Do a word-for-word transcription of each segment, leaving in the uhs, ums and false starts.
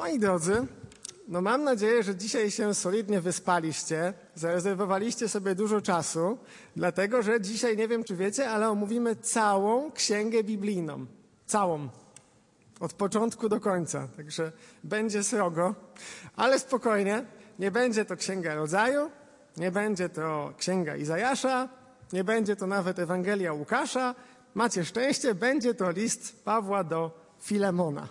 Moi drodzy, no mam nadzieję, że dzisiaj się solidnie wyspaliście, zarezerwowaliście sobie dużo czasu, dlatego że dzisiaj, nie wiem czy wiecie, ale omówimy całą Księgę Biblijną. Całą. Od początku do końca. Także będzie srogo, ale spokojnie. Nie będzie to Księga Rodzaju, nie będzie to Księga Izajasza, nie będzie to nawet Ewangelia Łukasza. Macie szczęście, będzie to list Pawła do Filemona.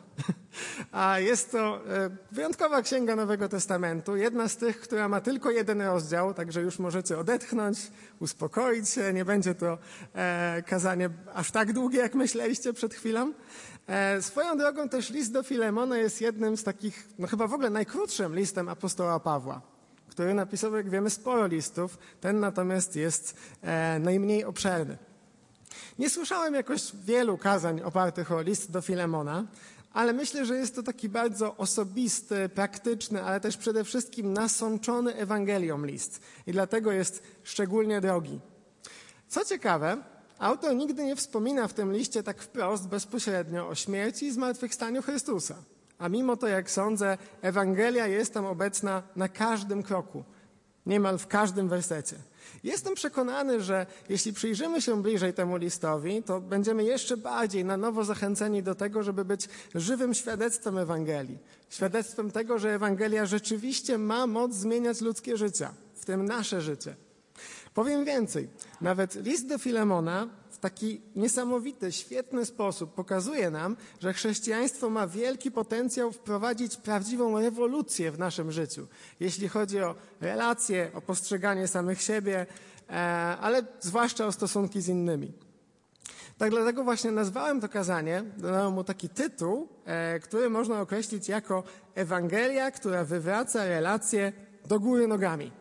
A jest to wyjątkowa księga Nowego Testamentu, jedna z tych, która ma tylko jeden rozdział, także już możecie odetchnąć, uspokoić się, nie będzie to e, kazanie aż tak długie, jak myśleliście przed chwilą. E, swoją drogą też list do Filemona jest jednym z takich, no chyba w ogóle najkrótszym listem apostoła Pawła, który napisał, jak wiemy, sporo listów, ten natomiast jest e, najmniej obszerny. Nie słyszałem jakoś wielu kazań opartych o list do Filemona, ale myślę, że jest to taki bardzo osobisty, praktyczny, ale też przede wszystkim nasączony Ewangelią list i dlatego jest szczególnie drogi. Co ciekawe, autor nigdy nie wspomina w tym liście tak wprost, bezpośrednio o śmierci i zmartwychwstaniu Chrystusa. A mimo to, jak sądzę, Ewangelia jest tam obecna na każdym kroku, niemal w każdym wersecie. Jestem przekonany, że jeśli przyjrzymy się bliżej temu listowi, to będziemy jeszcze bardziej na nowo zachęceni do tego, żeby być żywym świadectwem Ewangelii. Świadectwem tego, że Ewangelia rzeczywiście ma moc zmieniać ludzkie życia, w tym nasze życie. Powiem więcej, nawet list do Filemona w taki niesamowity, świetny sposób pokazuje nam, że chrześcijaństwo ma wielki potencjał wprowadzić prawdziwą rewolucję w naszym życiu, jeśli chodzi o relacje, o postrzeganie samych siebie, ale zwłaszcza o stosunki z innymi. Tak dlatego właśnie nazwałem to kazanie, dodałem mu taki tytuł, który można określić jako Ewangelia, która wywraca relacje do góry nogami.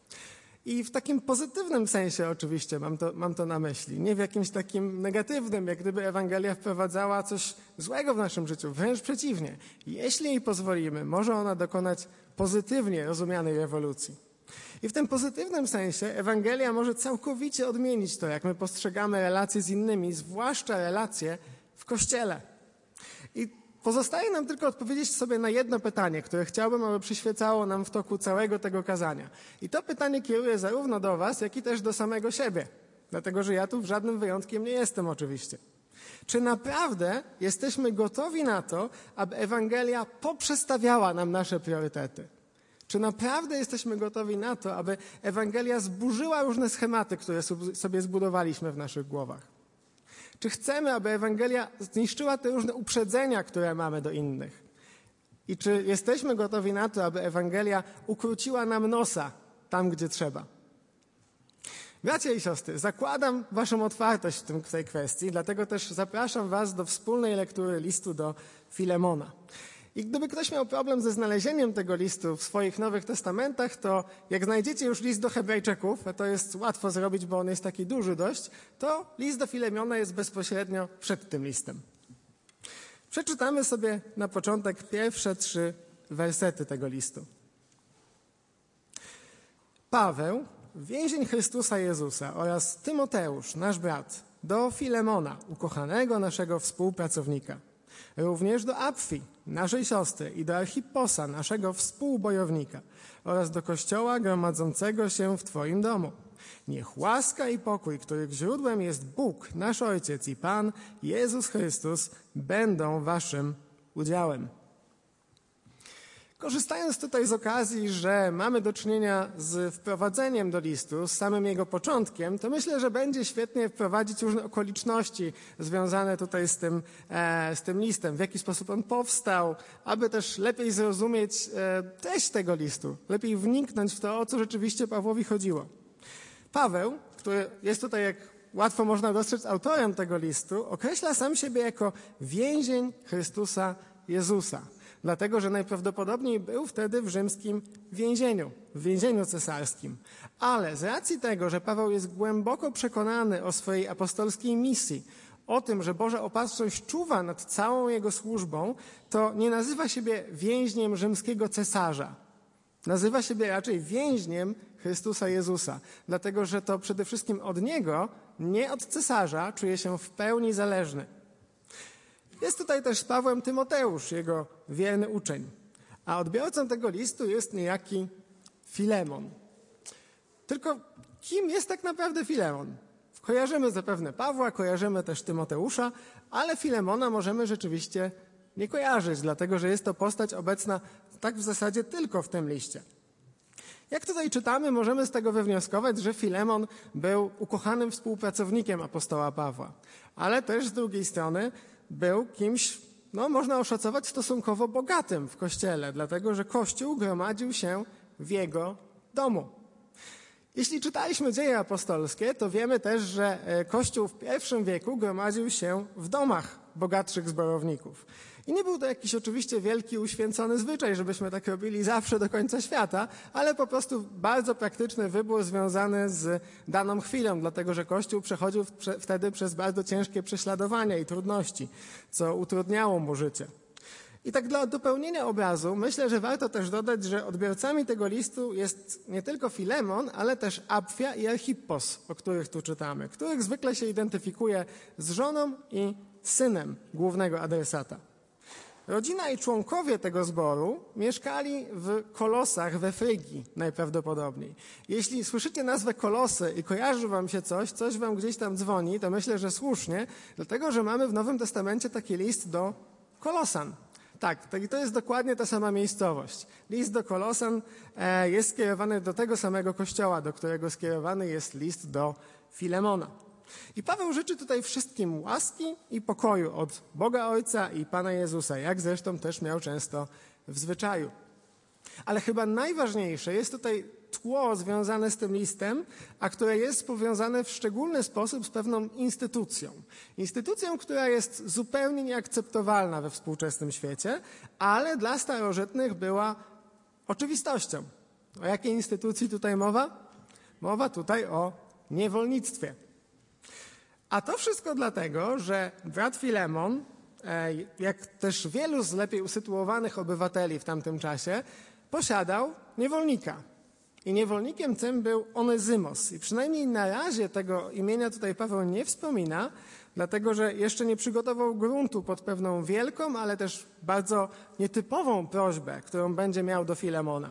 I w takim pozytywnym sensie oczywiście mam to, mam to na myśli, nie w jakimś takim negatywnym, jak gdyby Ewangelia wprowadzała coś złego w naszym życiu, wręcz przeciwnie. Jeśli jej pozwolimy, może ona dokonać pozytywnie rozumianej rewolucji. I w tym pozytywnym sensie Ewangelia może całkowicie odmienić to, jak my postrzegamy relacje z innymi, zwłaszcza relacje w Kościele. I pozostaje nam tylko odpowiedzieć sobie na jedno pytanie, które chciałbym, aby przyświecało nam w toku całego tego kazania. I to pytanie kieruję zarówno do was, jak i też do samego siebie. Dlatego, że ja tu żadnym wyjątkiem nie jestem oczywiście. Czy naprawdę jesteśmy gotowi na to, aby Ewangelia poprzestawiała nam nasze priorytety? Czy naprawdę jesteśmy gotowi na to, aby Ewangelia zburzyła różne schematy, które sobie zbudowaliśmy w naszych głowach? Czy chcemy, aby Ewangelia zniszczyła te różne uprzedzenia, które mamy do innych? I czy jesteśmy gotowi na to, aby Ewangelia ukróciła nam nosa tam, gdzie trzeba? Bracia i siostry, zakładam waszą otwartość w, tym, w tej kwestii, dlatego też zapraszam was do wspólnej lektury listu do Filemona. I gdyby ktoś miał problem ze znalezieniem tego listu w swoich Nowych Testamentach, to jak znajdziecie już list do Hebrajczyków, a to jest łatwo zrobić, bo on jest taki duży dość, to list do Filemona jest bezpośrednio przed tym listem. Przeczytamy sobie na początek pierwsze trzy wersety tego listu. Paweł, więzień Chrystusa Jezusa oraz Tymoteusz, nasz brat, do Filemona, ukochanego naszego współpracownika. Również do Apfi, naszej siostry, i do Archiposa, naszego współbojownika, oraz do Kościoła gromadzącego się w Twoim domu. Niech łaska i pokój, których źródłem jest Bóg, nasz Ojciec i Pan, Jezus Chrystus, będą waszym udziałem. Korzystając tutaj z okazji, że mamy do czynienia z wprowadzeniem do listu, z samym jego początkiem, to myślę, że będzie świetnie wprowadzić różne okoliczności związane tutaj z tym, e, z tym listem, w jaki sposób on powstał, aby też lepiej zrozumieć e, treść tego listu, lepiej wniknąć w to, o co rzeczywiście Pawłowi chodziło. Paweł, który jest tutaj, jak łatwo można dostrzec, autorem tego listu, określa sam siebie jako więzień Chrystusa Jezusa. Dlatego, że najprawdopodobniej był wtedy w rzymskim więzieniu, w więzieniu cesarskim. Ale z racji tego, że Paweł jest głęboko przekonany o swojej apostolskiej misji, o tym, że Boża opatrzność czuwa nad całą jego służbą, to nie nazywa siebie więźniem rzymskiego cesarza. Nazywa siebie raczej więźniem Chrystusa Jezusa, dlatego, że to przede wszystkim od Niego, nie od cesarza, czuje się w pełni zależny. Jest tutaj też z Pawłem Tymoteusz, jego wierny uczeń. a odbiorcą tego listu jest niejaki Filemon. Tylko kim jest tak naprawdę Filemon? Kojarzymy zapewne Pawła, kojarzymy też Tymoteusza, ale Filemona możemy rzeczywiście nie kojarzyć, dlatego że jest to postać obecna tak w zasadzie tylko w tym liście. Jak tutaj czytamy, możemy z tego wywnioskować, że Filemon był ukochanym współpracownikiem apostoła Pawła, ale też z drugiej strony był kimś, no można oszacować, stosunkowo bogatym w Kościele, dlatego że Kościół gromadził się w jego domu. Jeśli czytaliśmy Dzieje apostolskie, to wiemy też, że Kościół w pierwszym wieku gromadził się w domach bogatszych zborowników. I nie był to jakiś oczywiście wielki, uświęcony zwyczaj, żebyśmy tak robili zawsze do końca świata, ale po prostu bardzo praktyczny wybór związany z daną chwilą, dlatego że Kościół przechodził wtedy przez bardzo ciężkie prześladowania i trudności, co utrudniało mu życie. I tak dla dopełnienia obrazu myślę, że warto też dodać, że odbiorcami tego listu jest nie tylko Filemon, ale też Apfia i Archippos, o których tu czytamy, których zwykle się identyfikuje z żoną i synem głównego adresata. Rodzina i członkowie tego zboru mieszkali w Kolosach we Frygii najprawdopodobniej. Jeśli słyszycie nazwę Kolosy i kojarzy wam się coś, coś wam gdzieś tam dzwoni, to myślę, że słusznie, dlatego że mamy w Nowym Testamencie taki list do Kolosan. Tak, to jest dokładnie ta sama miejscowość. List do Kolosan e, jest skierowany do tego samego kościoła, do którego skierowany jest list do Filemona. I Paweł życzy tutaj wszystkim łaski i pokoju od Boga Ojca i Pana Jezusa, jak zresztą też miał często w zwyczaju. Ale chyba najważniejsze jest tutaj tło związane z tym listem, a które jest powiązane w szczególny sposób z pewną instytucją. Instytucją, która jest zupełnie nieakceptowalna we współczesnym świecie, ale dla starożytnych była oczywistością. O jakiej instytucji tutaj mowa? Mowa tutaj o niewolnictwie. A to wszystko dlatego, że brat Filemon, jak też wielu z lepiej usytuowanych obywateli w tamtym czasie, posiadał niewolnika. I niewolnikiem tym był Onezymos. I przynajmniej na razie tego imienia tutaj Paweł nie wspomina, dlatego że jeszcze nie przygotował gruntu pod pewną wielką, ale też bardzo nietypową prośbę, którą będzie miał do Filemona.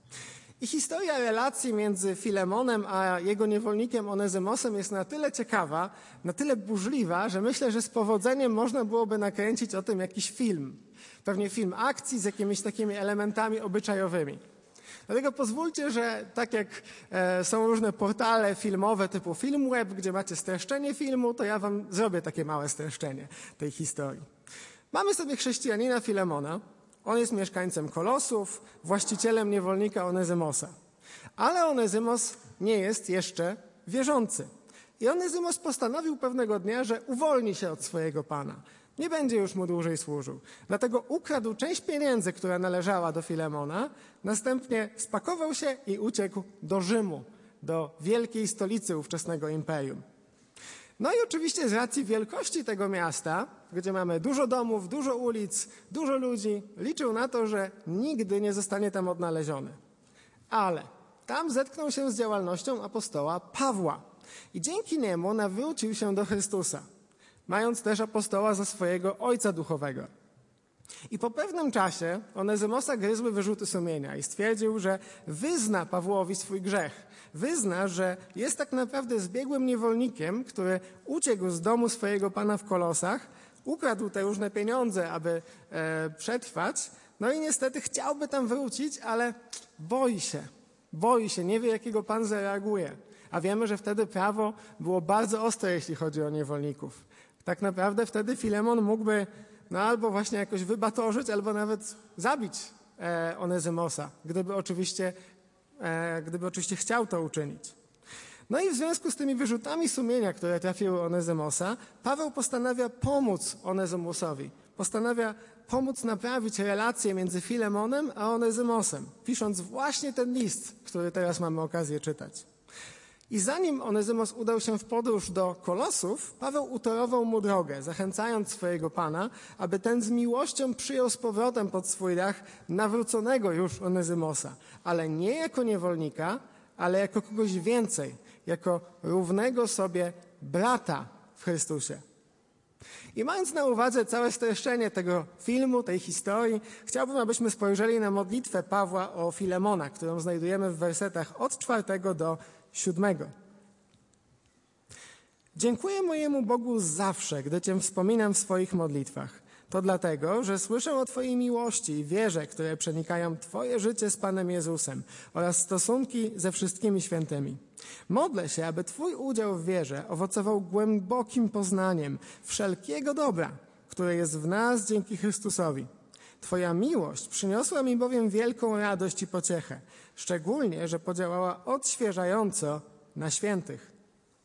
I historia relacji między Filemonem a jego niewolnikiem Onezymosem jest na tyle ciekawa, na tyle burzliwa, że myślę, że z powodzeniem można byłoby nakręcić o tym jakiś film. Pewnie film akcji z jakimiś takimi elementami obyczajowymi. Dlatego pozwólcie, że tak jak e, są różne portale filmowe typu Filmweb, gdzie macie streszczenie filmu, to ja wam zrobię takie małe streszczenie tej historii. Mamy sobie chrześcijanina Filemona. On jest mieszkańcem Kolosów, właścicielem niewolnika Onezymosa. Ale Onezymos nie jest jeszcze wierzący. I Onezymos postanowił pewnego dnia, że uwolni się od swojego pana. Nie będzie już mu dłużej służył. Dlatego ukradł część pieniędzy, która należała do Filemona, następnie spakował się i uciekł do Rzymu, do wielkiej stolicy ówczesnego imperium. No i oczywiście z racji wielkości tego miasta, gdzie mamy dużo domów, dużo ulic, dużo ludzi, liczył na to, że nigdy nie zostanie tam odnaleziony. Ale tam zetknął się z działalnością apostoła Pawła i dzięki niemu nawrócił się do Chrystusa, mając też apostoła za swojego ojca duchowego. I po pewnym czasie Onezymosa gryzły wyrzuty sumienia i stwierdził, że wyzna Pawłowi swój grzech. Wyzna, że jest tak naprawdę zbiegłym niewolnikiem, który uciekł z domu swojego pana w Kolosach, ukradł te różne pieniądze, aby e, przetrwać, no i niestety chciałby tam wrócić, ale boi się. Boi się, nie wie, jakiego pan zareaguje. A wiemy, że wtedy prawo było bardzo ostre, jeśli chodzi o niewolników. Tak naprawdę wtedy Filemon mógłby no albo właśnie jakoś wybatorzyć, albo nawet zabić e, Onezymosa, gdyby oczywiście, e, gdyby oczywiście chciał to uczynić. No i w związku z tymi wyrzutami sumienia, które trafiły Onezymosa, Paweł postanawia pomóc Onezymosowi. Postanawia pomóc naprawić relacje między Filemonem a Onezymosem, pisząc właśnie ten list, który teraz mamy okazję czytać. I zanim Onezymos udał się w podróż do Kolosów, Paweł utorował mu drogę, zachęcając swojego pana, aby ten z miłością przyjął z powrotem pod swój dach nawróconego już Onezymosa, ale nie jako niewolnika, ale jako kogoś więcej, jako równego sobie brata w Chrystusie. I mając na uwadze całe streszczenie tego filmu, tej historii, chciałbym, abyśmy spojrzeli na modlitwę Pawła o Filemona, którą znajdujemy w wersetach od czwartego do siódmego. Dziękuję mojemu Bogu zawsze, gdy Cię wspominam w swoich modlitwach. To dlatego, że słyszę o Twojej miłości i wierze, które przenikają Twoje życie z Panem Jezusem oraz stosunki ze wszystkimi świętymi. Modlę się, aby Twój udział w wierze owocował głębokim poznaniem wszelkiego dobra, które jest w nas dzięki Chrystusowi. Twoja miłość przyniosła mi bowiem wielką radość i pociechę, szczególnie, że podziałała odświeżająco na świętych.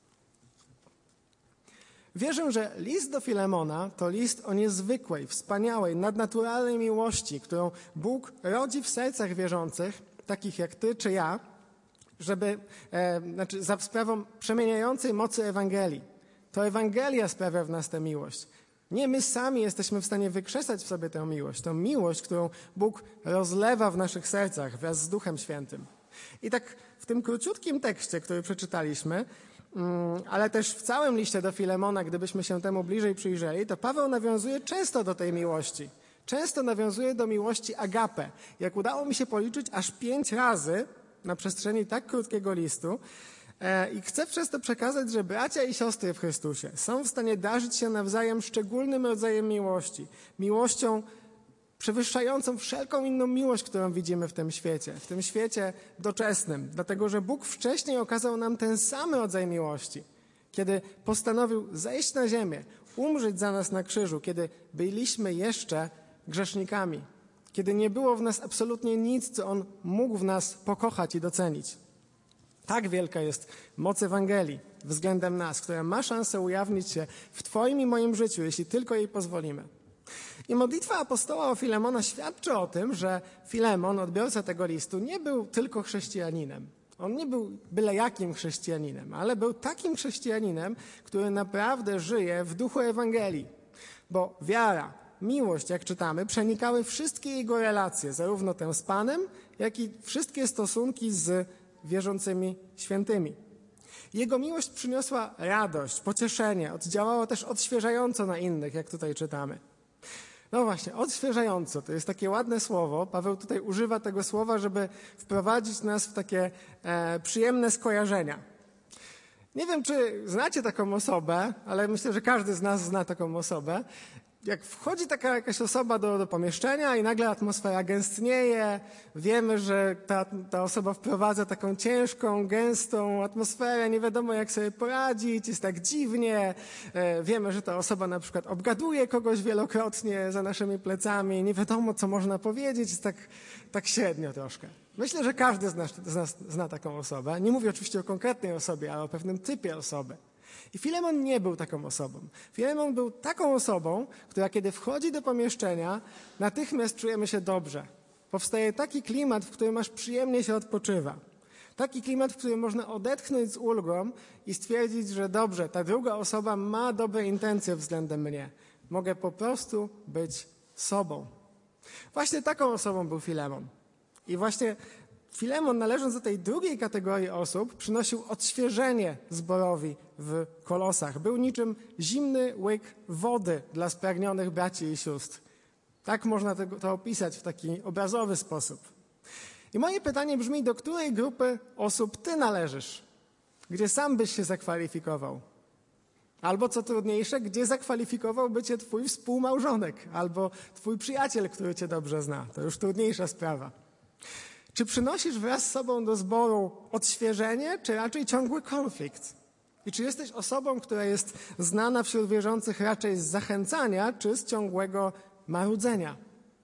Wierzę, że list do Filemona to list o niezwykłej, wspaniałej, nadnaturalnej miłości, którą Bóg rodzi w sercach wierzących, takich jak ty czy ja, żeby, e, znaczy za sprawą przemieniającej mocy Ewangelii. To Ewangelia sprawia w nas tę miłość. Nie my sami jesteśmy w stanie wykrzesać w sobie tę miłość, tę miłość, którą Bóg rozlewa w naszych sercach wraz z Duchem Świętym. I tak w tym króciutkim tekście, który przeczytaliśmy, ale też w całym liście do Filemona, gdybyśmy się temu bliżej przyjrzeli, to Paweł nawiązuje często do tej miłości. Często nawiązuje do miłości agape. Jak udało mi się policzyć, aż pięć razy na przestrzeni tak krótkiego listu. I chcę przez to przekazać, że bracia i siostry w Chrystusie są w stanie darzyć się nawzajem szczególnym rodzajem miłości. Miłością przewyższającą wszelką inną miłość, którą widzimy w tym świecie, w tym świecie doczesnym. Dlatego, że Bóg wcześniej okazał nam ten sam rodzaj miłości, kiedy postanowił zejść na ziemię, umrzeć za nas na krzyżu, kiedy byliśmy jeszcze grzesznikami, kiedy nie było w nas absolutnie nic, co On mógł w nas pokochać i docenić. Tak wielka jest moc Ewangelii względem nas, która ma szansę ujawnić się w Twoim i moim życiu, jeśli tylko jej pozwolimy. I modlitwa apostoła o Filemona świadczy o tym, że Filemon, odbiorca tego listu, nie był tylko chrześcijaninem. On nie był byle jakim chrześcijaninem, ale był takim chrześcijaninem, który naprawdę żyje w duchu Ewangelii. Bo wiara, miłość, jak czytamy, przenikały wszystkie jego relacje, zarówno tę z Panem, jak i wszystkie stosunki z wierzącymi świętymi. Jego miłość przyniosła radość, pocieszenie, oddziałała też odświeżająco na innych, jak tutaj czytamy. No właśnie, odświeżająco, to jest takie ładne słowo. Paweł tutaj używa tego słowa, żeby wprowadzić nas w takie e, przyjemne skojarzenia. Nie wiem, czy znacie taką osobę, ale myślę, że każdy z nas zna taką osobę. Jak wchodzi taka jakaś osoba do, do pomieszczenia i nagle atmosfera gęstnieje, wiemy, że ta, ta osoba wprowadza taką ciężką, gęstą atmosferę, nie wiadomo jak sobie poradzić, jest tak dziwnie, e, wiemy, że ta osoba na przykład obgaduje kogoś wielokrotnie za naszymi plecami, nie wiadomo co można powiedzieć, jest tak, tak średnio troszkę. Myślę, że każdy z nas, z nas zna taką osobę. Nie mówię oczywiście o konkretnej osobie, ale o pewnym typie osoby. I Filemon nie był taką osobą. Filemon był taką osobą, która kiedy wchodzi do pomieszczenia, natychmiast czujemy się dobrze. Powstaje taki klimat, w którym aż przyjemnie się odpoczywa. Taki klimat, w którym można odetchnąć z ulgą i stwierdzić, że dobrze, ta druga osoba ma dobre intencje względem mnie. Mogę po prostu być sobą. Właśnie taką osobą był Filemon. I właśnie Filemon, należąc do tej drugiej kategorii osób, przynosił odświeżenie zborowi w Kolosach. Był niczym zimny łyk wody dla spragnionych braci i sióstr. Tak można to, to opisać w taki obrazowy sposób. I moje pytanie brzmi, do której grupy osób ty należysz? Gdzie sam byś się zakwalifikował? Albo co trudniejsze, gdzie zakwalifikowałby cię twój współmałżonek albo twój przyjaciel, który cię dobrze zna. To już trudniejsza sprawa. Czy przynosisz wraz z sobą do zboru odświeżenie, czy raczej ciągły konflikt? I czy jesteś osobą, która jest znana wśród wierzących raczej z zachęcania, czy z ciągłego marudzenia?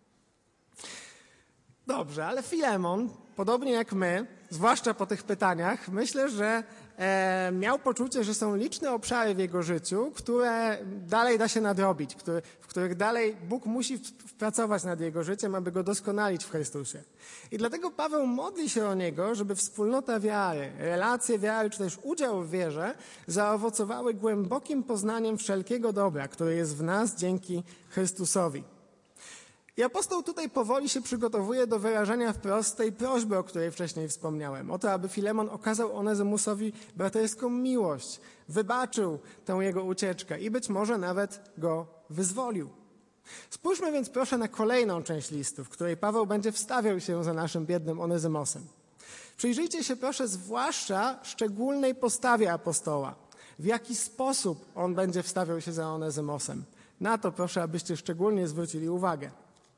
Dobrze, ale Filemon, podobnie jak my, zwłaszcza po tych pytaniach, myślę, że e, miał poczucie, że są liczne obszary w jego życiu, które dalej da się nadrobić, który, w których dalej Bóg musi pracować nad jego życiem, aby go doskonalić w Chrystusie. I dlatego Paweł modli się o niego, żeby wspólnota wiary, relacje wiary, czy też udział w wierze zaowocowały głębokim poznaniem wszelkiego dobra, które jest w nas dzięki Chrystusowi. I apostoł tutaj powoli się przygotowuje do wyrażenia wprost tej prośby, o której wcześniej wspomniałem. O to, aby Filemon okazał Onezymusowi braterską miłość, wybaczył tę jego ucieczkę i być może nawet go wyzwolił. Spójrzmy więc proszę na kolejną część listu, w której Paweł będzie wstawiał się za naszym biednym Onezymosem. Przyjrzyjcie się proszę zwłaszcza szczególnej postawie apostoła. W jaki sposób on będzie wstawiał się za Onezymosem. Na to proszę, abyście szczególnie zwrócili uwagę.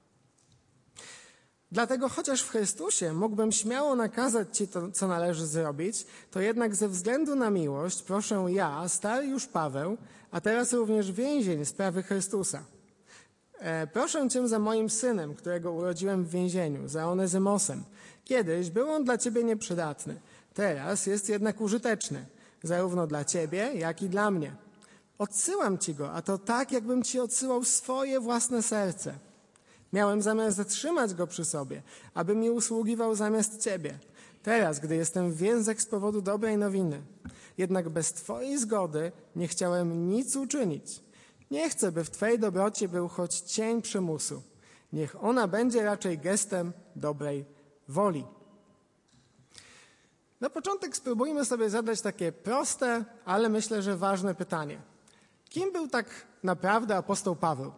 Dlatego chociaż w Chrystusie mógłbym śmiało nakazać ci to, co należy zrobić, to jednak ze względu na miłość proszę ja, stary już Paweł, a teraz również więzień sprawy Chrystusa. E, proszę cię za moim synem, którego urodziłem w więzieniu, za Onezymosem. Kiedyś był on dla ciebie nieprzydatny, teraz jest jednak użyteczny, zarówno dla ciebie, jak i dla mnie. Odsyłam ci go, a to tak, jakbym ci odsyłał swoje własne serce. Miałem zamiar zatrzymać go przy sobie, aby mi usługiwał zamiast ciebie. Teraz, gdy jestem w więzach z powodu dobrej nowiny. Jednak bez twojej zgody nie chciałem nic uczynić. Nie chcę, by w twej dobroci był choć cień przymusu. Niech ona będzie raczej gestem dobrej woli. Na początek spróbujmy sobie zadać takie proste, ale myślę, że ważne pytanie. Kim był tak naprawdę apostoł Paweł?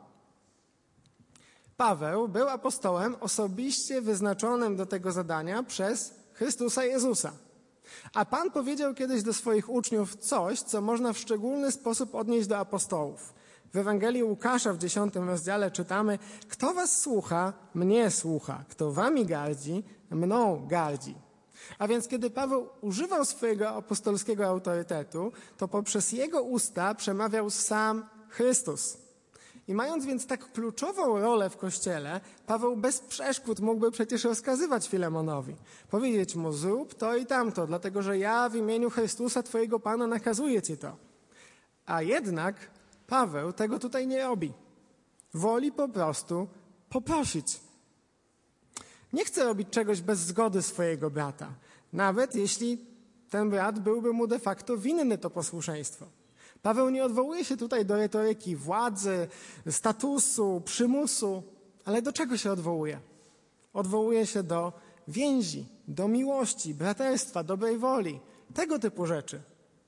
Paweł był apostołem osobiście wyznaczonym do tego zadania przez Chrystusa Jezusa. A Pan powiedział kiedyś do swoich uczniów coś, co można w szczególny sposób odnieść do apostołów. W Ewangelii Łukasza w dziesiątym rozdziale czytamy: kto was słucha, mnie słucha. Kto wami gardzi, mną gardzi. A więc kiedy Paweł używał swojego apostolskiego autorytetu, to poprzez jego usta przemawiał sam Chrystus. I mając więc tak kluczową rolę w Kościele, Paweł bez przeszkód mógłby przecież rozkazywać Filemonowi. Powiedzieć mu: zrób to i tamto, dlatego że ja w imieniu Chrystusa, twojego Pana, nakazuję ci to. A jednak Paweł tego tutaj nie robi. Woli po prostu poprosić. Nie chce robić czegoś bez zgody swojego brata, nawet jeśli ten brat byłby mu de facto winny to posłuszeństwo. Paweł nie odwołuje się tutaj do retoryki władzy, statusu, przymusu, ale do czego się odwołuje? Odwołuje się do więzi, do miłości, braterstwa, dobrej woli, tego typu rzeczy.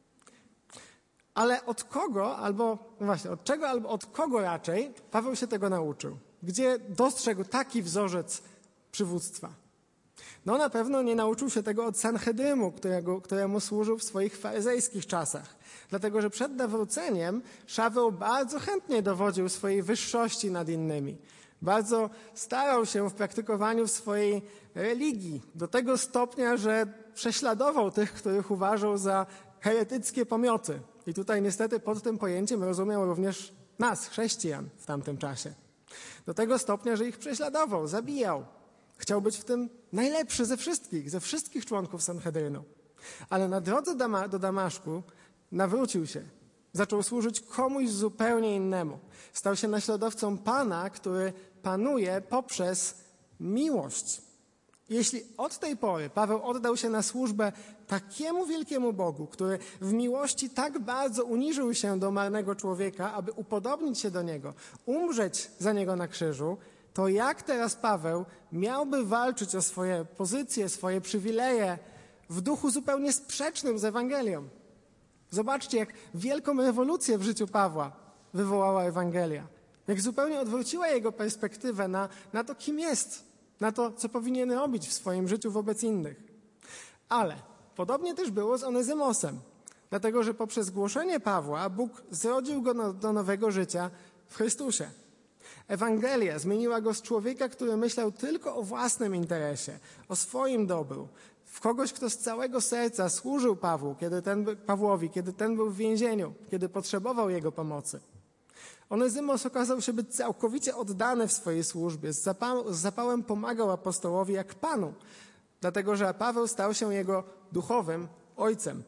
Ale od kogo, albo no właśnie, od czego, albo od kogo raczej Paweł się tego nauczył? Gdzie dostrzegł taki wzorzec przywództwa? No na pewno nie nauczył się tego od Sanhedrymu, którego, któremu służył w swoich faryzejskich czasach. Dlatego, że przed nawróceniem Szaweł bardzo chętnie dowodził swojej wyższości nad innymi. Bardzo starał się w praktykowaniu swojej religii do tego stopnia, że prześladował tych, których uważał za heretyckie pomioty. I tutaj niestety pod tym pojęciem rozumiał również nas, chrześcijan, w tamtym czasie. Do tego stopnia, że ich prześladował, zabijał. Chciał być w tym najlepszy ze wszystkich, ze wszystkich członków Sanhedrynu. Ale na drodze do Damaszku nawrócił się. Zaczął służyć komuś zupełnie innemu. Stał się naśladowcą Pana, który panuje poprzez miłość. Jeśli od tej pory Paweł oddał się na służbę takiemu wielkiemu Bogu, który w miłości tak bardzo uniżył się do marnego człowieka, aby upodobnić się do Niego, umrzeć za Niego na krzyżu, to jak teraz Paweł miałby walczyć o swoje pozycje, swoje przywileje w duchu zupełnie sprzecznym z Ewangelią? Zobaczcie, jak wielką rewolucję w życiu Pawła wywołała Ewangelia. Jak zupełnie odwróciła jego perspektywę na, na to, kim jest, na to, co powinien robić w swoim życiu wobec innych. Ale podobnie też było z Onezymosem, dlatego że poprzez głoszenie Pawła Bóg zrodził go no, do nowego życia w Chrystusie. Ewangelia zmieniła go z człowieka, który myślał tylko o własnym interesie, o swoim dobru, w kogoś, kto z całego serca służył Pawłu, kiedy ten, Pawłowi, kiedy ten był w więzieniu, kiedy potrzebował jego pomocy. Onezymos okazał się być całkowicie oddany w swojej służbie, z, zapał, z zapałem pomagał apostołowi jak Panu, dlatego że Paweł stał się jego duchowym ojcem.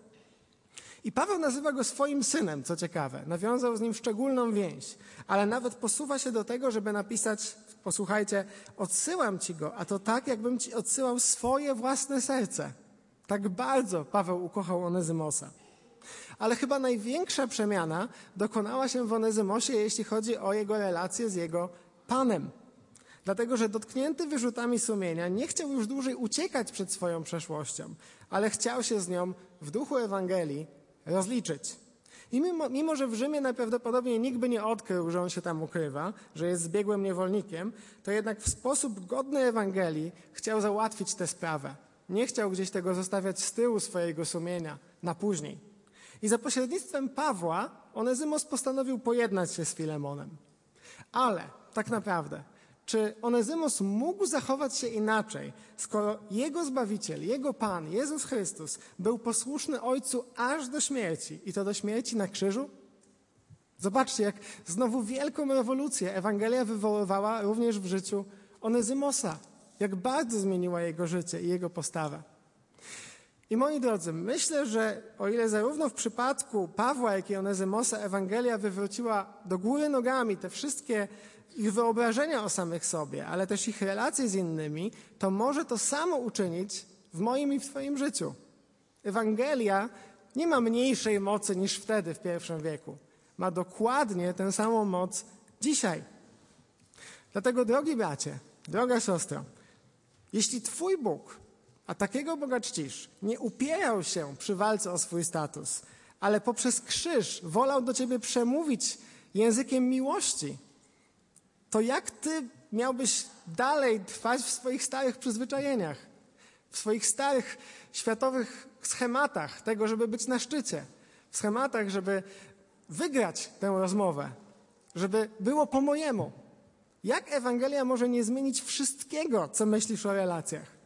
I Paweł nazywa go swoim synem, co ciekawe. Nawiązał z nim szczególną więź, ale nawet posuwa się do tego, żeby napisać: posłuchajcie, odsyłam ci go, a to tak, jakbym ci odsyłał swoje własne serce. Tak bardzo Paweł ukochał Onezymosa. Ale chyba największa przemiana dokonała się w Onezymosie, jeśli chodzi o jego relację z jego Panem. Dlatego, że dotknięty wyrzutami sumienia nie chciał już dłużej uciekać przed swoją przeszłością, ale chciał się z nią w duchu Ewangelii rozliczyć. I mimo, mimo, że w Rzymie najprawdopodobniej nikt by nie odkrył, że on się tam ukrywa, że jest zbiegłym niewolnikiem, to jednak w sposób godny Ewangelii chciał załatwić tę sprawę. Nie chciał gdzieś tego zostawiać z tyłu swojego sumienia na później. I za pośrednictwem Pawła Onezymos postanowił pojednać się z Filemonem. Ale tak naprawdę, czy Onezymos mógł zachować się inaczej, skoro jego Zbawiciel, jego Pan, Jezus Chrystus, był posłuszny Ojcu aż do śmierci i to do śmierci na krzyżu? Zobaczcie, jak znowu wielką rewolucję Ewangelia wywoływała również w życiu Onezymosa. Jak bardzo zmieniła jego życie i jego postawę. I moi drodzy, myślę, że o ile zarówno w przypadku Pawła, jak i Onezymosa Ewangelia wywróciła do góry nogami te wszystkie ich wyobrażenia o samych sobie, ale też ich relacje z innymi, to może to samo uczynić w moim i w twoim życiu. Ewangelia nie ma mniejszej mocy niż wtedy w pierwszym wieku. Ma dokładnie tę samą moc dzisiaj. Dlatego, drogi bracie, droga siostro, jeśli twój Bóg, a takiego Boga czcisz, nie upierał się przy walce o swój status, ale poprzez krzyż wolał do ciebie przemówić językiem miłości, to jak ty miałbyś dalej trwać w swoich starych przyzwyczajeniach, w swoich starych światowych schematach tego, żeby być na szczycie, w schematach, żeby wygrać tę rozmowę, żeby było po mojemu? Jak Ewangelia może nie zmienić wszystkiego, co myślisz o relacjach?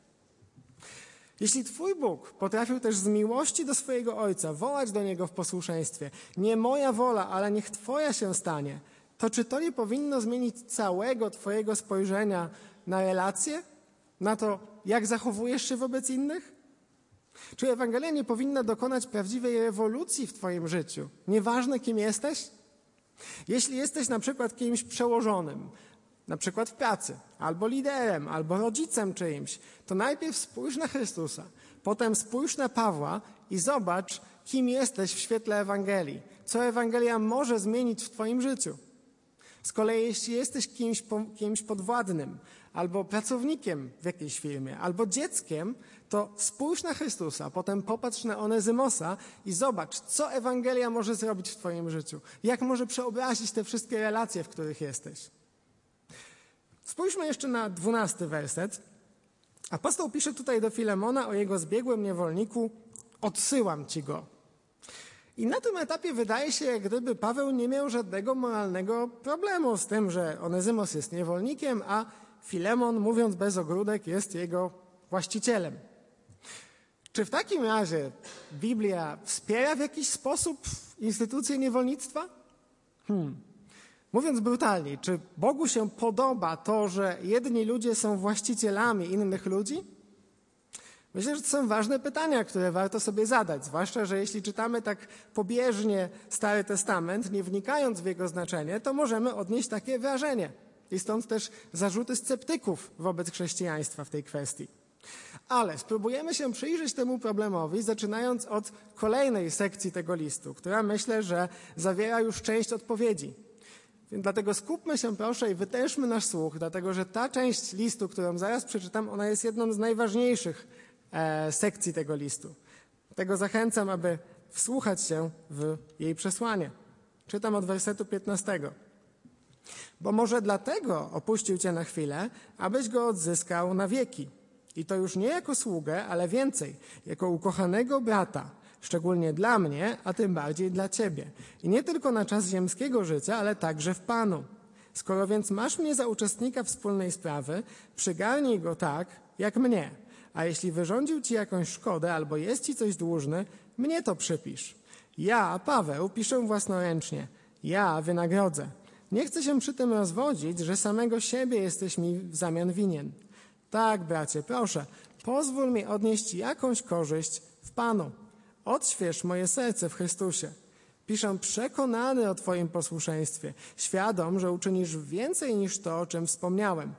Jeśli twój Bóg potrafił też z miłości do swojego Ojca wołać do Niego w posłuszeństwie, nie moja wola, ale niech Twoja się stanie, to czy to nie powinno zmienić całego twojego spojrzenia na relacje? Na to, jak zachowujesz się wobec innych? Czy Ewangelia nie powinna dokonać prawdziwej rewolucji w twoim życiu? Nieważne, kim jesteś? Jeśli jesteś na przykład kimś przełożonym, na przykład w pracy, albo liderem, albo rodzicem czyimś, to najpierw spójrz na Chrystusa, potem spójrz na Pawła i zobacz, kim jesteś w świetle Ewangelii, co Ewangelia może zmienić w twoim życiu. Z kolei jeśli jesteś kimś, kimś podwładnym, albo pracownikiem w jakiejś firmie, albo dzieckiem, to spójrz na Chrystusa, potem popatrz na Onezymosa i zobacz, co Ewangelia może zrobić w twoim życiu, jak może przeobrazić te wszystkie relacje, w których jesteś. Spójrzmy jeszcze na dwunasty werset. Apostoł pisze tutaj do Filemona o jego zbiegłym niewolniku: odsyłam ci go. I na tym etapie wydaje się, jak gdyby Paweł nie miał żadnego moralnego problemu z tym, że Onezymos jest niewolnikiem, a Filemon, mówiąc bez ogródek, jest jego właścicielem. Czy w takim razie Biblia wspiera w jakiś sposób instytucję niewolnictwa? Hmm. Mówiąc brutalnie, czy Bogu się podoba to, że jedni ludzie są właścicielami innych ludzi? Myślę, że to są ważne pytania, które warto sobie zadać, zwłaszcza, że jeśli czytamy tak pobieżnie Stary Testament, nie wnikając w jego znaczenie, to możemy odnieść takie wrażenie. I stąd też zarzuty sceptyków wobec chrześcijaństwa w tej kwestii. Ale spróbujemy się przyjrzeć temu problemowi, zaczynając od kolejnej sekcji tego listu, która myślę, że zawiera już część odpowiedzi. Więc dlatego skupmy się proszę i wytężmy nasz słuch, dlatego że ta część listu, którą zaraz przeczytam, ona jest jedną z najważniejszych e, sekcji tego listu. Dlatego zachęcam, aby wsłuchać się w jej przesłanie. Czytam od wersetu piętnastego. Bo może dlatego opuścił cię na chwilę, abyś go odzyskał na wieki. I to już nie jako sługę, ale więcej, jako ukochanego brata, szczególnie dla mnie, a tym bardziej dla ciebie. I nie tylko na czas ziemskiego życia, ale także w Panu. Skoro więc masz mnie za uczestnika wspólnej sprawy, przygarnij go tak, jak mnie. A jeśli wyrządził ci jakąś szkodę albo jest ci coś dłużny, mnie to przypisz. Ja, Paweł, piszę własnoręcznie. Ja wynagrodzę. Nie chcę się przy tym rozwodzić, że samego siebie jesteś mi w zamian winien. Tak, bracie, proszę, pozwól mi odnieść jakąś korzyść w Panu. Odśwież moje serce w Chrystusie. Piszę przekonany o twoim posłuszeństwie, świadom, że uczynisz więcej niż to, o czym wspomniałem.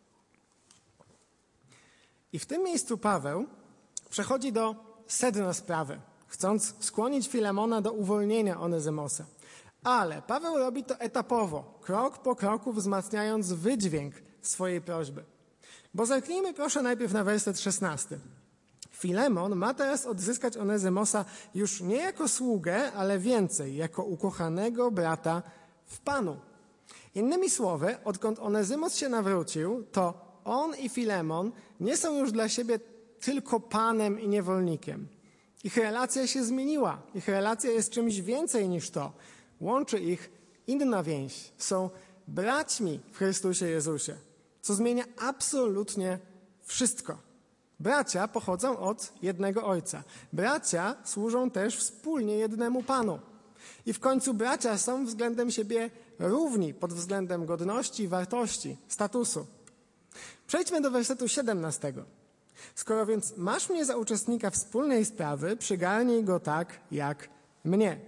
I w tym miejscu Paweł przechodzi do sedna sprawy, chcąc skłonić Filemona do uwolnienia Onezymosa. Ale Paweł robi to etapowo, krok po kroku wzmacniając wydźwięk swojej prośby. Bo zerknijmy proszę najpierw na werset szesnasty. Filemon ma teraz odzyskać Onezymosa już nie jako sługę, ale więcej, jako ukochanego brata w Panu. Innymi słowy, odkąd Onezymos się nawrócił, to on i Filemon nie są już dla siebie tylko panem i niewolnikiem. Ich relacja się zmieniła. Ich relacja jest czymś więcej niż to. Łączy ich inna więź. Są braćmi w Chrystusie Jezusie, co zmienia absolutnie wszystko. Bracia pochodzą od jednego Ojca. Bracia służą też wspólnie jednemu Panu. I w końcu bracia są względem siebie równi pod względem godności, wartości, statusu. Przejdźmy do wersetu siedemnastego. Skoro więc masz mnie za uczestnika wspólnej sprawy, przygarnij go tak jak mnie.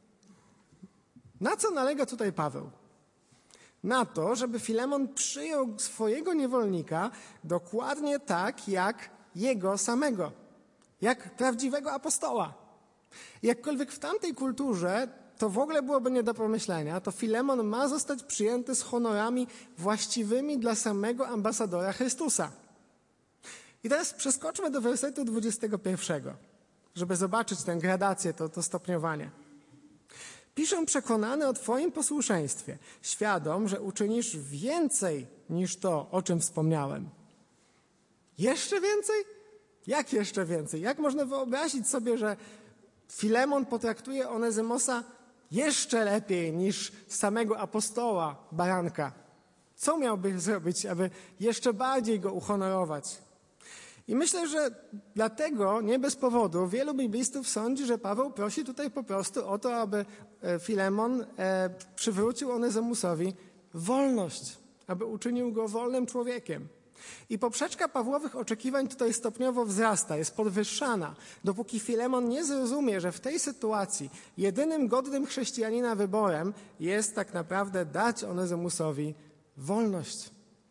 Na co nalega tutaj Paweł? Na to, żeby Filemon przyjął swojego niewolnika dokładnie tak jak jego samego, jak prawdziwego apostoła. Jakkolwiek w tamtej kulturze to w ogóle byłoby nie do pomyślenia, to Filemon ma zostać przyjęty z honorami właściwymi dla samego ambasadora Chrystusa. I teraz przeskoczmy do wersetu dwudziestego pierwszego, żeby zobaczyć tę gradację, to, to stopniowanie. Piszę przekonany o Twoim posłuszeństwie, świadom, że uczynisz więcej niż to, o czym wspomniałem. Jeszcze więcej? Jak jeszcze więcej? Jak można wyobrazić sobie, że Filemon potraktuje Onezymosa jeszcze lepiej niż samego apostoła baranka? Co miałby zrobić, aby jeszcze bardziej go uhonorować? I myślę, że dlatego, nie bez powodu, wielu biblistów sądzi, że Paweł prosi tutaj po prostu o to, aby Filemon e, przywrócił Onezymusowi wolność, aby uczynił go wolnym człowiekiem. I poprzeczka Pawłowych oczekiwań tutaj stopniowo wzrasta, jest podwyższana, dopóki Filemon nie zrozumie, że w tej sytuacji jedynym godnym chrześcijanina wyborem jest tak naprawdę dać Onezymusowi wolność.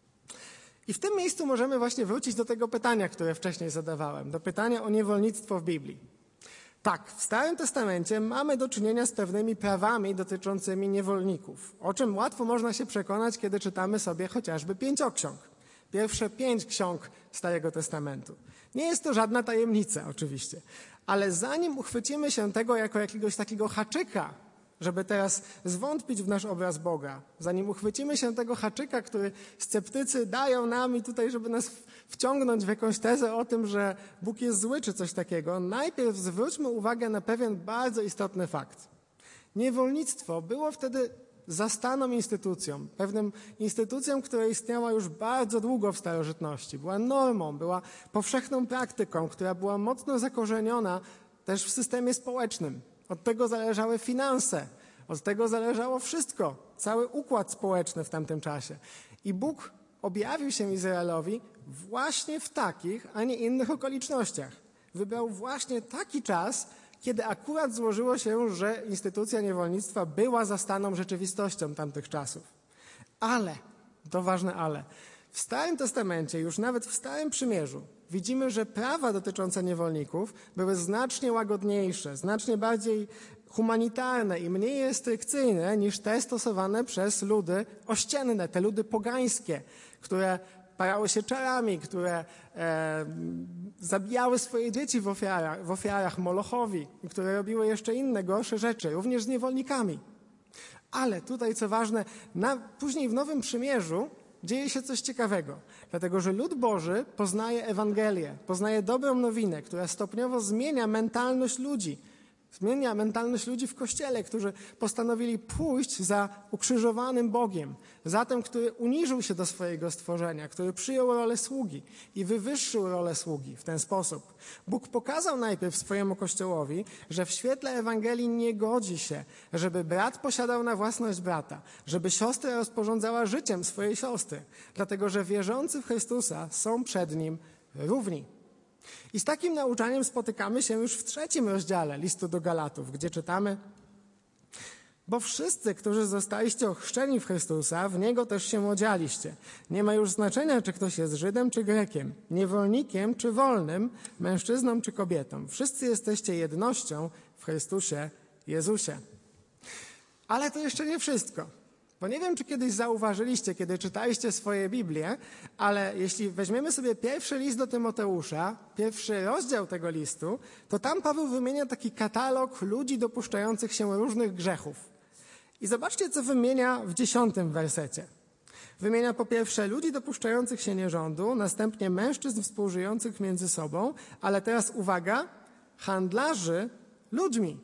I w tym miejscu możemy właśnie wrócić do tego pytania, które wcześniej zadawałem, do pytania o niewolnictwo w Biblii. Tak, w Starym Testamencie mamy do czynienia z pewnymi prawami dotyczącymi niewolników, o czym łatwo można się przekonać, kiedy czytamy sobie chociażby pięcioksiąg. Pierwsze pięć ksiąg Starego Testamentu. Nie jest to żadna tajemnica oczywiście, ale zanim uchwycimy się tego jako jakiegoś takiego haczyka, żeby teraz zwątpić w nasz obraz Boga, zanim uchwycimy się tego haczyka, który sceptycy dają nam i tutaj, żeby nas wciągnąć w jakąś tezę o tym, że Bóg jest zły czy coś takiego, najpierw zwróćmy uwagę na pewien bardzo istotny fakt. Niewolnictwo było wtedy zastaną instytucją, pewną instytucją, która istniała już bardzo długo w starożytności. Była normą, była powszechną praktyką, która była mocno zakorzeniona też w systemie społecznym. Od tego zależały finanse, od tego zależało wszystko, cały układ społeczny w tamtym czasie. I Bóg objawił się Izraelowi właśnie w takich, a nie innych okolicznościach. Wybrał właśnie taki czas, kiedy akurat złożyło się, że instytucja niewolnictwa była zastaną rzeczywistością tamtych czasów. Ale, to ważne ale, w Starym Testamencie, już nawet w Starym Przymierzu, widzimy, że prawa dotyczące niewolników były znacznie łagodniejsze, znacznie bardziej humanitarne i mniej restrykcyjne niż te stosowane przez ludy ościenne, te ludy pogańskie, które parały się czarami, które e, zabijały swoje dzieci w ofiarach, w ofiarach Molochowi, które robiły jeszcze inne gorsze rzeczy, również z niewolnikami. Ale tutaj, co ważne, na, później w Nowym Przymierzu dzieje się coś ciekawego, dlatego że lud Boży poznaje Ewangelię, poznaje dobrą nowinę, która stopniowo zmienia mentalność ludzi, zmienia mentalność ludzi w Kościele, którzy postanowili pójść za ukrzyżowanym Bogiem, za tym, który uniżył się do swojego stworzenia, który przyjął rolę sługi i wywyższył rolę sługi w ten sposób. Bóg pokazał najpierw swojemu Kościołowi, że w świetle Ewangelii nie godzi się, żeby brat posiadał na własność brata, żeby siostra rozporządzała życiem swojej siostry, dlatego że wierzący w Chrystusa są przed Nim równi. I z takim nauczaniem spotykamy się już w trzecim rozdziale listu do Galatów, gdzie czytamy: bo wszyscy, którzy zostaliście ochrzczeni w Chrystusa, w Niego też się odzialiście. Nie ma już znaczenia, czy ktoś jest Żydem czy Grekiem, niewolnikiem czy wolnym, mężczyzną czy kobietą. Wszyscy jesteście jednością w Chrystusie Jezusie. Ale to jeszcze nie wszystko. Bo nie wiem, czy kiedyś zauważyliście, kiedy czytaliście swoje Biblię, ale jeśli weźmiemy sobie pierwszy list do Tymoteusza, pierwszy rozdział tego listu, to tam Paweł wymienia taki katalog ludzi dopuszczających się różnych grzechów. I zobaczcie, co wymienia w dziesiątym wersecie. Wymienia po pierwsze ludzi dopuszczających się nierządu, następnie mężczyzn współżyjących między sobą, ale teraz uwaga, handlarzy ludźmi.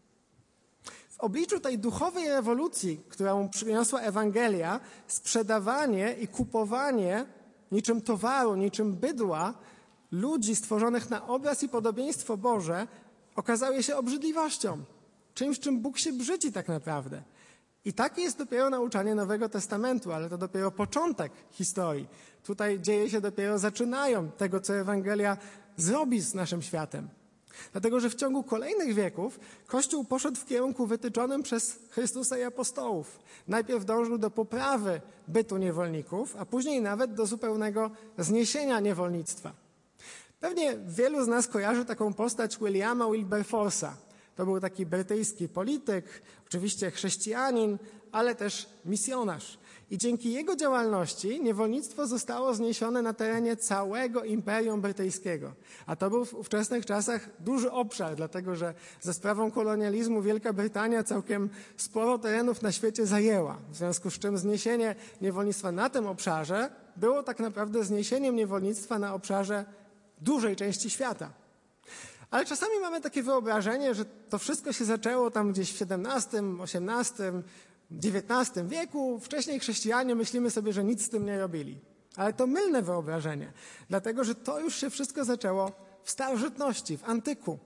W obliczu tej duchowej rewolucji, którą przyniosła Ewangelia, sprzedawanie i kupowanie niczym towaru, niczym bydła ludzi stworzonych na obraz i podobieństwo Boże okazały się obrzydliwością. Czymś, czym Bóg się brzydzi tak naprawdę. I takie jest dopiero nauczanie Nowego Testamentu, ale to dopiero początek historii. Tutaj dzieje się dopiero zaczynają tego, co Ewangelia zrobi z naszym światem. Dlatego, że w ciągu kolejnych wieków Kościół poszedł w kierunku wytyczonym przez Chrystusa i apostołów. Najpierw dążył do poprawy bytu niewolników, a później nawet do zupełnego zniesienia niewolnictwa. Pewnie wielu z nas kojarzy taką postać Williama Wilberforce'a. To był taki brytyjski polityk, oczywiście chrześcijanin, ale też misjonarz. I dzięki jego działalności niewolnictwo zostało zniesione na terenie całego Imperium Brytyjskiego. A to był w ówczesnych czasach duży obszar, dlatego że ze sprawą kolonializmu Wielka Brytania całkiem sporo terenów na świecie zajęła. W związku z czym zniesienie niewolnictwa na tym obszarze było tak naprawdę zniesieniem niewolnictwa na obszarze dużej części świata. Ale czasami mamy takie wyobrażenie, że to wszystko się zaczęło tam gdzieś w siedemnastym, osiemnastym, dziewiętnastym wieku. Wcześniej chrześcijanie myślimy sobie, że nic z tym nie robili. Ale to mylne wyobrażenie, dlatego że to już się wszystko zaczęło w starożytności, w antyku.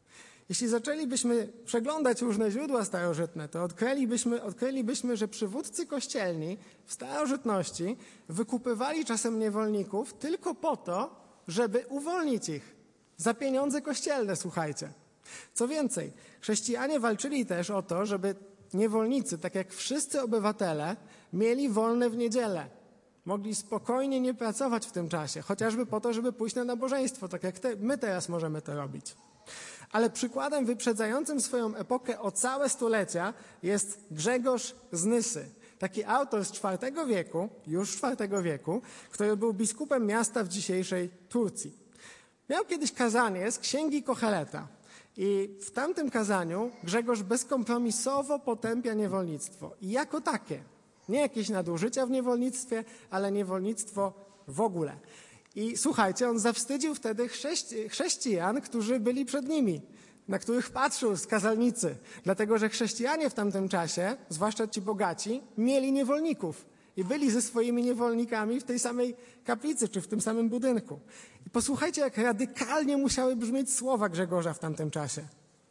Jeśli zaczęlibyśmy przeglądać różne źródła starożytne, to odkrylibyśmy, odkrylibyśmy, że przywódcy kościelni w starożytności wykupywali czasem niewolników tylko po to, żeby uwolnić ich. Za pieniądze kościelne, słuchajcie. Co więcej, chrześcijanie walczyli też o to, żeby niewolnicy, tak jak wszyscy obywatele, mieli wolne w niedzielę. Mogli spokojnie nie pracować w tym czasie, chociażby po to, żeby pójść na nabożeństwo, tak jak te, my teraz możemy to robić. Ale przykładem wyprzedzającym swoją epokę o całe stulecia jest Grzegorz z Nysy. Taki autor z czwartego wieku, już z czwartego wieku, który był biskupem miasta w dzisiejszej Turcji. Miał kiedyś kazanie z księgi Kocheleta i w tamtym kazaniu Grzegorz bezkompromisowo potępia niewolnictwo. I jako takie, nie jakieś nadużycia w niewolnictwie, ale niewolnictwo w ogóle. I słuchajcie, on zawstydził wtedy chrześci- chrześcijan, którzy byli przed nimi, na których patrzył z kazalnicy. Dlatego, że chrześcijanie w tamtym czasie, zwłaszcza ci bogaci, mieli niewolników. I byli ze swoimi niewolnikami w tej samej kaplicy, czy w tym samym budynku. I posłuchajcie, jak radykalnie musiały brzmieć słowa Grzegorza w tamtym czasie.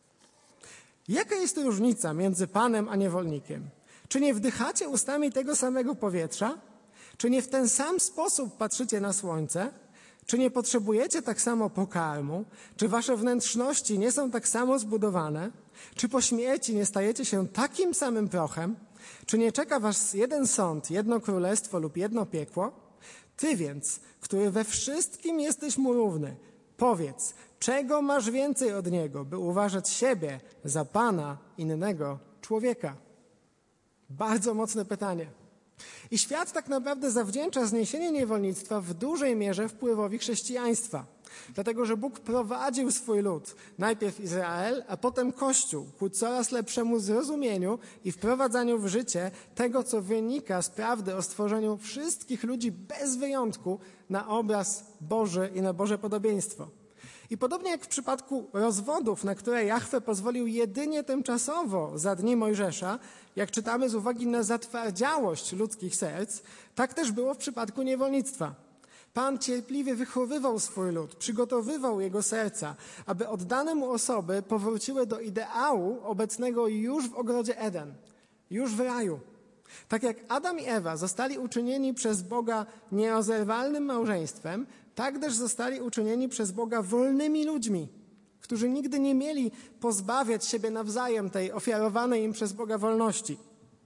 Jaka jest różnica między Panem a niewolnikiem? Czy nie wdychacie ustami tego samego powietrza? Czy nie w ten sam sposób patrzycie na słońce? Czy nie potrzebujecie tak samo pokarmu? Czy wasze wnętrzności nie są tak samo zbudowane? Czy po śmierci nie stajecie się takim samym prochem? Czy nie czeka was jeden sąd, jedno królestwo lub jedno piekło? Ty więc, który we wszystkim jesteś mu równy, powiedz, czego masz więcej od niego, by uważać siebie za Pana innego człowieka? Bardzo mocne pytanie. I świat tak naprawdę zawdzięcza zniesienie niewolnictwa w dużej mierze wpływowi chrześcijaństwa. Dlatego, że Bóg prowadził swój lud, najpierw Izrael, a potem Kościół, ku coraz lepszemu zrozumieniu i wprowadzaniu w życie tego, co wynika z prawdy o stworzeniu wszystkich ludzi bez wyjątku na obraz Boży i na Boże podobieństwo. I podobnie jak w przypadku rozwodów, na które Jahwe pozwolił jedynie tymczasowo za dni Mojżesza, jak czytamy z uwagi na zatwardziałość ludzkich serc, tak też było w przypadku niewolnictwa. Pan cierpliwie wychowywał swój lud, przygotowywał jego serca, aby oddane mu osoby powróciły do ideału obecnego już w ogrodzie Eden, już w raju. Tak jak Adam i Ewa zostali uczynieni przez Boga nierozerwalnym małżeństwem, tak też zostali uczynieni przez Boga wolnymi ludźmi, którzy nigdy nie mieli pozbawiać siebie nawzajem tej ofiarowanej im przez Boga wolności.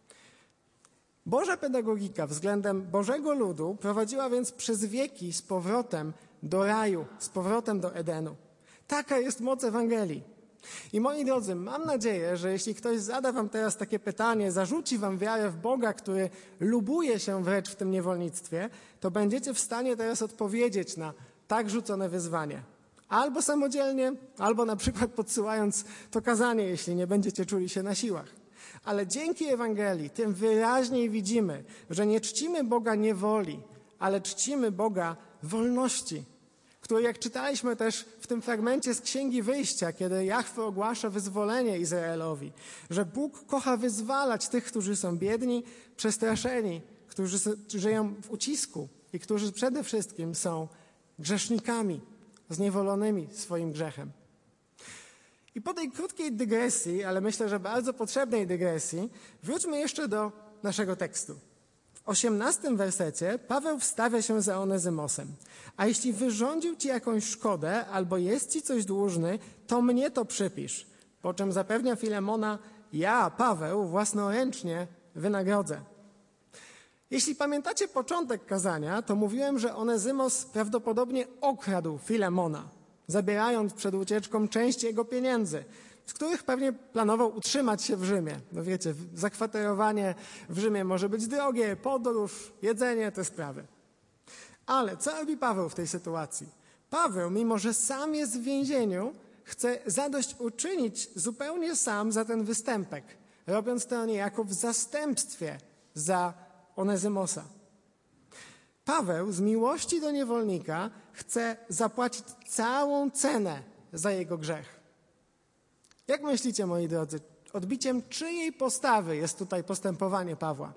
Boża pedagogika względem Bożego ludu prowadziła więc przez wieki z powrotem do raju, z powrotem do Edenu. Taka jest moc Ewangelii. I moi drodzy, mam nadzieję, że jeśli ktoś zada wam teraz takie pytanie, zarzuci wam wiarę w Boga, który lubuje się wręcz w tym niewolnictwie, to będziecie w stanie teraz odpowiedzieć na tak rzucone wyzwanie. Albo samodzielnie, albo na przykład podsyłając to kazanie, jeśli nie będziecie czuli się na siłach. Ale dzięki Ewangelii tym wyraźniej widzimy, że nie czcimy Boga niewoli, ale czcimy Boga wolności, który, jak czytaliśmy też w tym fragmencie z Księgi Wyjścia, kiedy Jahwe ogłasza wyzwolenie Izraelowi, że Bóg kocha wyzwalać tych, którzy są biedni, przestraszeni, którzy żyją w ucisku i którzy przede wszystkim są grzesznikami, zniewolonymi swoim grzechem. I po tej krótkiej dygresji, ale myślę, że bardzo potrzebnej dygresji, wróćmy jeszcze do naszego tekstu. W osiemnastym wersecie Paweł wstawia się za Onezymosem. A jeśli wyrządził ci jakąś szkodę albo jest ci coś dłużny, to mnie to przypisz. Po czym zapewnia Filemona, ja, Paweł, własnoręcznie wynagrodzę. Jeśli pamiętacie początek kazania, to mówiłem, że Onezymos prawdopodobnie okradł Filemona, zabierając przed ucieczką część jego pieniędzy, z których pewnie planował utrzymać się w Rzymie. No wiecie, zakwaterowanie w Rzymie może być drogie, podróż, jedzenie, te sprawy. Ale co robi Paweł w tej sytuacji? Paweł, mimo że sam jest w więzieniu, chce zadośćuczynić zupełnie sam za ten występek, robiąc to niejako w zastępstwie za Onezymosa. Paweł z miłości do niewolnika chce zapłacić całą cenę za jego grzech. Jak myślicie, moi drodzy, odbiciem czyjej postawy jest tutaj postępowanie Pawła?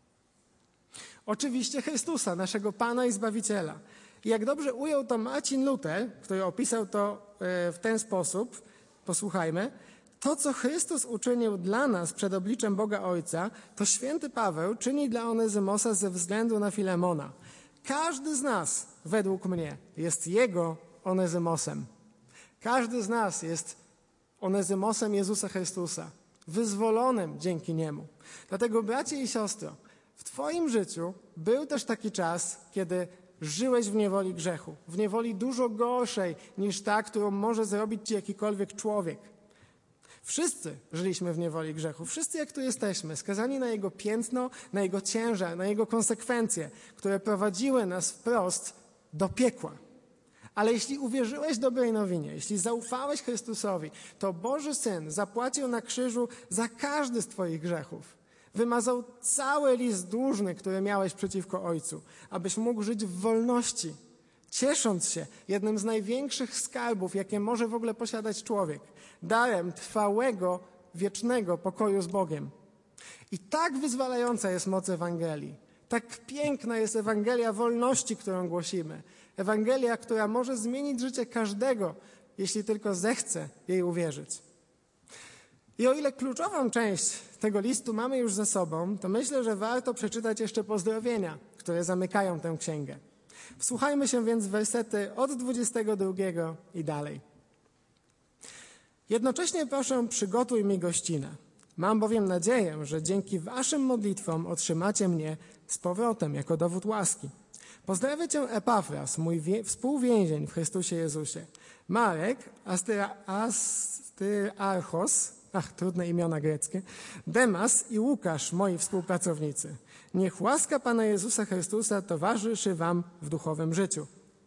Oczywiście Chrystusa, naszego Pana i Zbawiciela. I jak dobrze ujął to Marcin Luther, który opisał to w ten sposób, posłuchajmy, to, co Chrystus uczynił dla nas przed obliczem Boga Ojca, to święty Paweł czyni dla Onezymosa ze względu na Filemona. Każdy z nas, według mnie, jest jego Onezymosem. Każdy z nas jest Onezymosem Jezusa Chrystusa, wyzwolonym dzięki Niemu. Dlatego, bracie i siostro, w twoim życiu był też taki czas, kiedy żyłeś w niewoli grzechu, w niewoli dużo gorszej niż ta, którą może zrobić ci jakikolwiek człowiek. Wszyscy żyliśmy w niewoli grzechu. Wszyscy, jak tu jesteśmy, skazani na jego piętno, na jego ciężar, na jego konsekwencje, które prowadziły nas wprost do piekła. Ale jeśli uwierzyłeś dobrej nowinie, jeśli zaufałeś Chrystusowi, to Boży Syn zapłacił na krzyżu za każdy z twoich grzechów. Wymazał cały list dłużny, który miałeś przeciwko Ojcu, abyś mógł żyć w wolności, ciesząc się jednym z największych skarbów, jakie może w ogóle posiadać człowiek, darem trwałego, wiecznego pokoju z Bogiem. I tak wyzwalająca jest moc Ewangelii, tak piękna jest Ewangelia wolności, którą głosimy. Ewangelia, która może zmienić życie każdego, jeśli tylko zechce jej uwierzyć. I o ile kluczową część tego listu mamy już za sobą, to myślę, że warto przeczytać jeszcze pozdrowienia, które zamykają tę księgę. Wsłuchajmy się więc w wersety od dwudziestego drugiego i dalej. Jednocześnie proszę, przygotuj mi gościnę. Mam bowiem nadzieję, że dzięki waszym modlitwom otrzymacie mnie z powrotem jako dowód łaski. Pozdrawia cię Epafras, mój wie, współwięzień w Chrystusie Jezusie. Marek, Astyra, Astyrarchos, ach, trudne imiona greckie, Demas i Łukasz, moi współpracownicy. Niech łaska Pana Jezusa Chrystusa towarzyszy wam w duchowym życiu.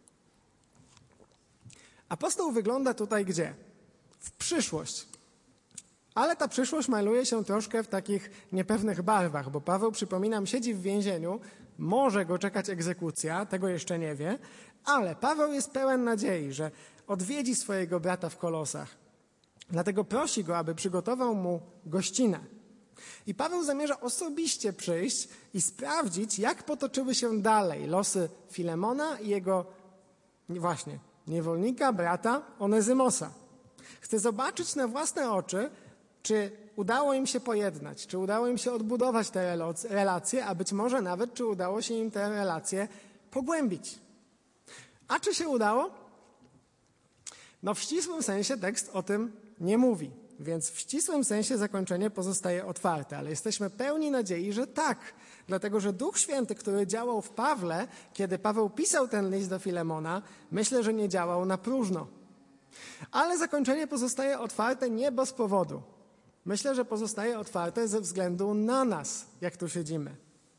Apostoł wygląda tutaj gdzie? W przyszłość. Ale ta przyszłość maluje się troszkę w takich niepewnych barwach, bo Paweł, przypominam, siedzi w więzieniu, może go czekać egzekucja, tego jeszcze nie wie, ale Paweł jest pełen nadziei, że odwiedzi swojego brata w Kolosach. Dlatego prosi go, aby przygotował mu gościnę. I Paweł zamierza osobiście przyjść i sprawdzić, jak potoczyły się dalej losy Filemona i jego, właśnie, niewolnika, brata Onezymosa. Chce zobaczyć na własne oczy, czy udało im się pojednać, czy udało im się odbudować te relacje, a być może nawet, czy udało się im te relacje pogłębić. A czy się udało? No w ścisłym sensie tekst o tym nie mówi, więc w ścisłym sensie zakończenie pozostaje otwarte, ale jesteśmy pełni nadziei, że tak, dlatego że Duch Święty, który działał w Pawle, kiedy Paweł pisał ten list do Filemona, myślę, że nie działał na próżno. Ale zakończenie pozostaje otwarte nie bez powodu. Myślę, że pozostaje otwarte ze względu na nas, jak tu siedzimy.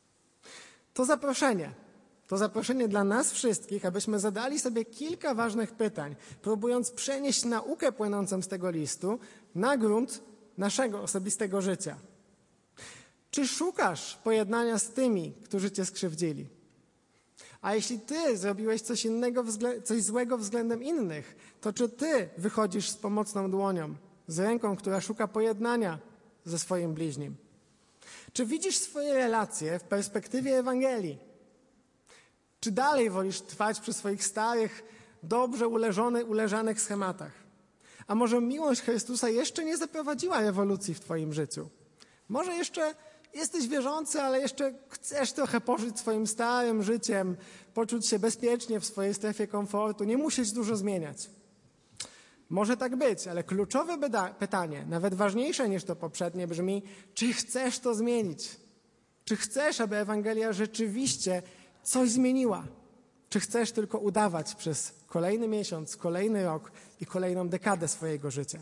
To zaproszenie. To zaproszenie dla nas wszystkich, abyśmy zadali sobie kilka ważnych pytań, próbując przenieść naukę płynącą z tego listu na grunt naszego osobistego życia. Czy szukasz pojednania z tymi, którzy cię skrzywdzili? A jeśli ty zrobiłeś coś innego, coś złego względem innych, to czy ty wychodzisz z pomocną dłonią, z ręką, która szuka pojednania ze swoim bliźnim? Czy widzisz swoje relacje w perspektywie Ewangelii? Czy dalej wolisz trwać przy swoich starych, dobrze uleżone, uleżanych schematach? A może miłość Chrystusa jeszcze nie zaprowadziła rewolucji w twoim życiu? Może jeszcze jesteś wierzący, ale jeszcze chcesz trochę pożyć swoim starym życiem, poczuć się bezpiecznie w swojej strefie komfortu, nie musisz dużo zmieniać. Może tak być, ale kluczowe pytanie, nawet ważniejsze niż to poprzednie, brzmi: czy chcesz to zmienić? Czy chcesz, aby Ewangelia rzeczywiście coś zmieniła? Czy chcesz tylko udawać przez kolejny miesiąc, kolejny rok i kolejną dekadę swojego życia?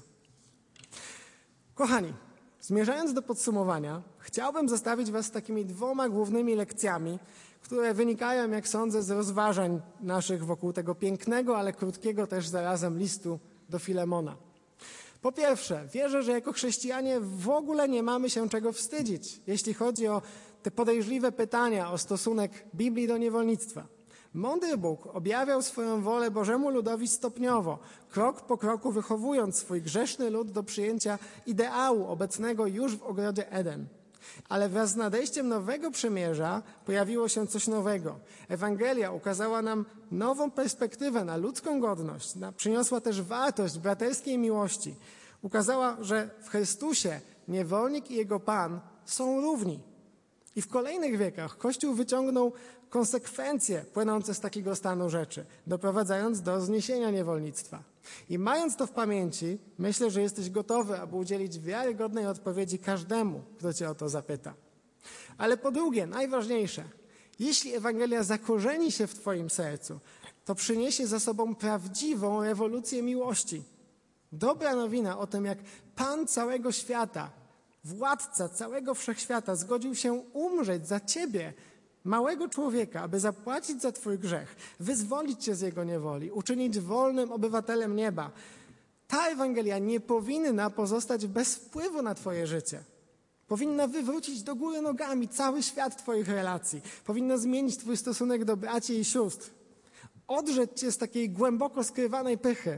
Kochani, zmierzając do podsumowania, chciałbym zostawić was z takimi dwoma głównymi lekcjami, które wynikają, jak sądzę, z rozważań naszych wokół tego pięknego, ale krótkiego też zarazem listu do Filemona. Po pierwsze, wierzę, że jako chrześcijanie w ogóle nie mamy się czego wstydzić, jeśli chodzi o te podejrzliwe pytania o stosunek Biblii do niewolnictwa. Mądry Bóg objawiał swoją wolę Bożemu ludowi stopniowo, krok po kroku wychowując swój grzeszny lud do przyjęcia ideału obecnego już w ogrodzie Eden. Ale wraz z nadejściem nowego przymierza pojawiło się coś nowego. Ewangelia ukazała nam nową perspektywę na ludzką godność, na, przyniosła też wartość braterskiej miłości. Ukazała, że w Chrystusie niewolnik i jego Pan są równi. I w kolejnych wiekach Kościół wyciągnął konsekwencje płynące z takiego stanu rzeczy, doprowadzając do zniesienia niewolnictwa. I mając to w pamięci, myślę, że jesteś gotowy, aby udzielić wiarygodnej odpowiedzi każdemu, kto cię o to zapyta. Ale po drugie, najważniejsze, jeśli Ewangelia zakorzeni się w twoim sercu, to przyniesie za sobą prawdziwą rewolucję miłości. Dobra nowina o tym, jak Pan całego świata, władca całego wszechświata zgodził się umrzeć za ciebie, małego człowieka, aby zapłacić za twój grzech, wyzwolić cię z jego niewoli, uczynić wolnym obywatelem nieba. Ta Ewangelia nie powinna pozostać bez wpływu na twoje życie. Powinna wywrócić do góry nogami cały świat twoich relacji. Powinna zmienić twój stosunek do braci i sióstr. Odrzeć cię z takiej głęboko skrywanej pychy.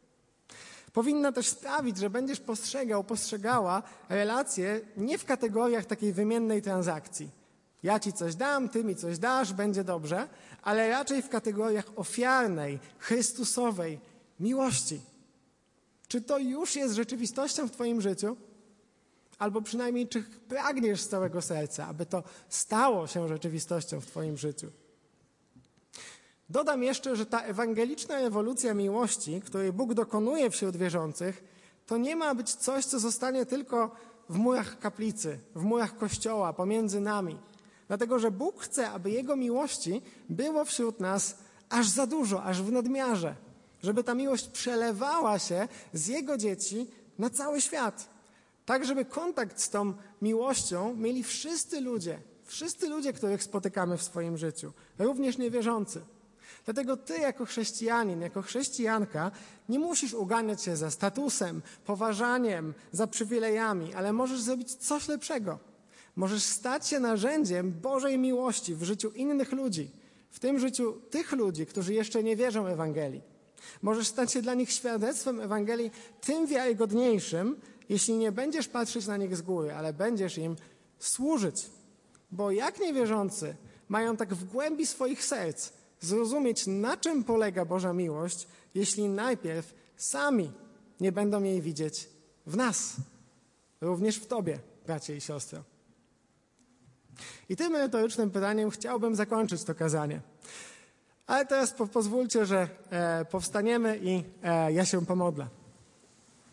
Powinna też sprawić, że będziesz postrzegał, postrzegała relacje nie w kategoriach takiej wymiennej transakcji. Ja ci coś dam, ty mi coś dasz, będzie dobrze, ale raczej w kategoriach ofiarnej, chrystusowej miłości. Czy to już jest rzeczywistością w twoim życiu? Albo przynajmniej czy pragniesz z całego serca, aby to stało się rzeczywistością w twoim życiu? Dodam jeszcze, że ta ewangeliczna rewolucja miłości, której Bóg dokonuje wśród wierzących, to nie ma być coś, co zostanie tylko w murach kaplicy, w murach kościoła, pomiędzy nami. Dlatego, że Bóg chce, aby Jego miłości było wśród nas aż za dużo, aż w nadmiarze. Żeby ta miłość przelewała się z Jego dzieci na cały świat. Tak, żeby kontakt z tą miłością mieli wszyscy ludzie, wszyscy ludzie, których spotykamy w swoim życiu, również niewierzący. Dlatego ty jako chrześcijanin, jako chrześcijanka nie musisz uganiać się za statusem, poważaniem, za przywilejami, ale możesz zrobić coś lepszego. Możesz stać się narzędziem Bożej miłości w życiu innych ludzi, w tym życiu tych ludzi, którzy jeszcze nie wierzą Ewangelii. Możesz stać się dla nich świadectwem Ewangelii tym wiarygodniejszym, jeśli nie będziesz patrzeć na nich z góry, ale będziesz im służyć. Bo jak niewierzący mają tak w głębi swoich serc zrozumieć, na czym polega Boża miłość, jeśli najpierw sami nie będą jej widzieć w nas, również w tobie, bracie i siostro. I tym merytorycznym pytaniem chciałbym zakończyć to kazanie. Ale teraz po, pozwólcie, że e, powstaniemy i e, ja się pomodlę.